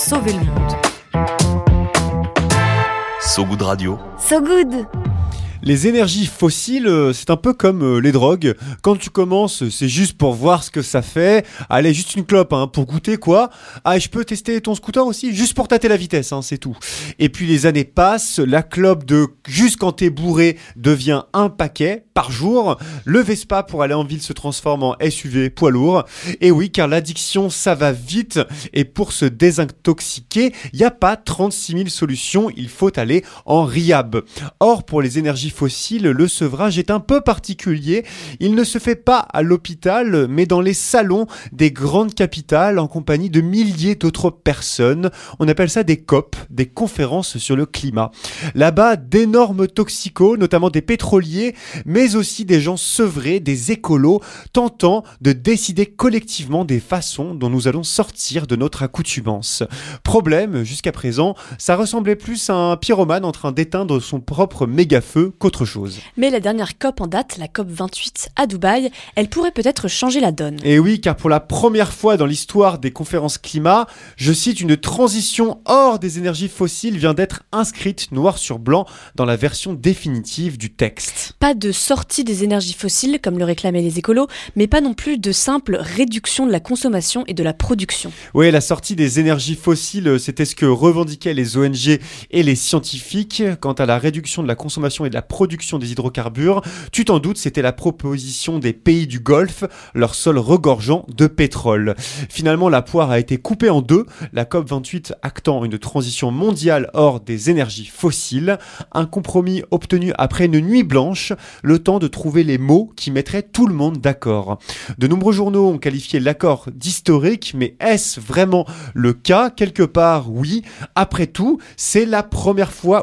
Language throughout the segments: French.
sauver le monde. So Good Radio. So Good. Les énergies fossiles, c'est un peu comme les drogues. Quand tu commences, c'est juste pour voir ce que ça fait. Allez, juste une clope, pour goûter quoi. Ah, et je peux tester ton scooter aussi, juste pour tâter la vitesse, c'est tout. Et puis les années passent, la clope de juste quand t'es bourré devient un paquet par jour. Le Vespa pour aller en ville se transforme en SUV poids lourd. Et oui, car l'addiction, ça va vite. Et pour se désintoxiquer, il n'y a pas 36 000 solutions, il faut aller en rehab. Or, pour les énergies fossiles, le sevrage est un peu particulier. Il ne se fait pas à l'hôpital, mais dans les salons des grandes capitales en compagnie de milliers d'autres personnes. On appelle ça des COP, des conférences sur le climat. Là-bas, d'énormes toxicos, notamment des pétroliers, mais aussi des gens sevrés, des écolos, tentant de décider collectivement des façons dont nous allons sortir de notre accoutumance. Problème, jusqu'à présent, ça ressemblait plus à un pyromane en train d'éteindre son propre méga-feu qu'autre chose. Mais la dernière COP en date, la COP 28 à Dubaï, elle pourrait peut-être changer la donne. Et oui, car pour la première fois dans l'histoire des conférences climat, je cite, une transition hors des énergies fossiles vient d'être inscrite noir sur blanc dans la version définitive du texte. Pas de sortie des énergies fossiles comme le réclamaient les écolos, mais pas non plus de simple réduction de la consommation et de la production. Oui, la sortie des énergies fossiles, c'était ce que revendiquaient les ONG et les scientifiques. Quant à la réduction de la consommation et de la production des hydrocarbures, tu t'en doutes, c'était la proposition des pays du Golfe, leur sol regorgeant de pétrole. Finalement, la poire a été coupée en deux, la COP28 actant une transition mondiale hors des énergies fossiles, un compromis obtenu après une nuit blanche, le temps de trouver les mots qui mettraient tout le monde d'accord. De nombreux journaux ont qualifié l'accord d'historique, mais est-ce vraiment le cas ? Quelque part, oui. Après tout, c'est la première fois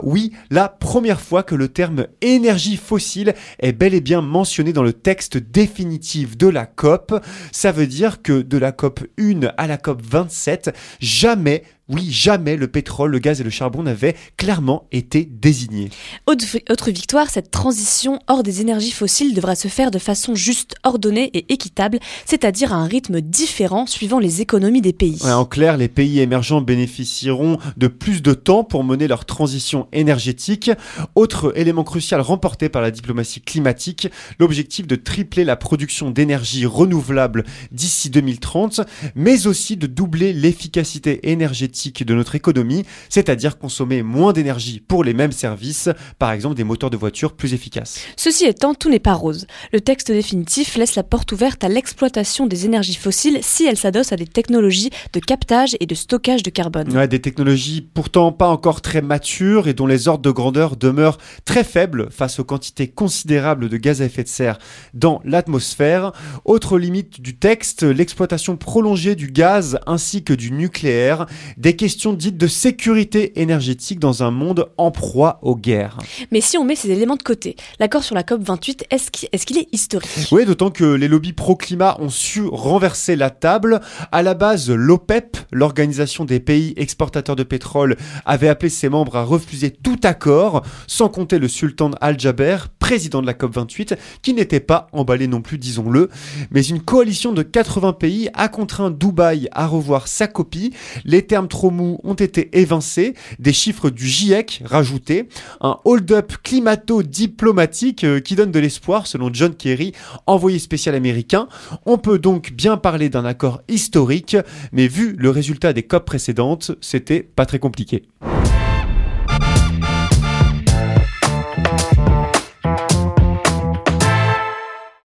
que le terme énergie fossile est bel et bien mentionné dans le texte définitif de la COP. Ça veut dire que de la COP 1 à la COP 27, jamais le pétrole, le gaz et le charbon n'avaient clairement été désignés. Autre victoire, cette transition hors des énergies fossiles devra se faire de façon juste, ordonnée et équitable, c'est-à-dire à un rythme différent suivant les économies des pays. Ouais, en clair, les pays émergents bénéficieront de plus de temps pour mener leur transition énergétique. Autre élément crucial remporté par la diplomatie climatique, l'objectif de tripler la production d'énergie renouvelable d'ici 2030, mais aussi de doubler l'efficacité énergétique de notre économie, c'est-à-dire consommer moins d'énergie pour les mêmes services, par exemple des moteurs de voitures plus efficaces. Ceci étant, tout n'est pas rose. Le texte définitif laisse la porte ouverte à l'exploitation des énergies fossiles si elles s'adossent à des technologies de captage et de stockage de carbone. Ouais, des technologies pourtant pas encore très matures et dont les ordres de grandeur demeurent très faibles face aux quantités considérables de gaz à effet de serre dans l'atmosphère. Autre limite du texte, l'exploitation prolongée du gaz ainsi que du nucléaire. Des questions dites de sécurité énergétique dans un monde en proie aux guerres. Mais si on met ces éléments de côté, l'accord sur la COP28, est-ce qu'il est historique ? Oui, d'autant que les lobbies pro-climat ont su renverser la table. À la base, l'OPEP, l'organisation des pays exportateurs de pétrole, avait appelé ses membres à refuser tout accord, sans compter le sultan Al-Jaber, président de la COP28, qui n'était pas emballé non plus, disons-le. Mais une coalition de 80 pays a contraint Dubaï à revoir sa copie. Les termes trop mous ont été évincés, des chiffres du GIEC rajoutés, un hold-up climato-diplomatique qui donne de l'espoir selon John Kerry, envoyé spécial américain. On peut donc bien parler d'un accord historique, mais vu le résultat des COP précédentes, c'était pas très compliqué.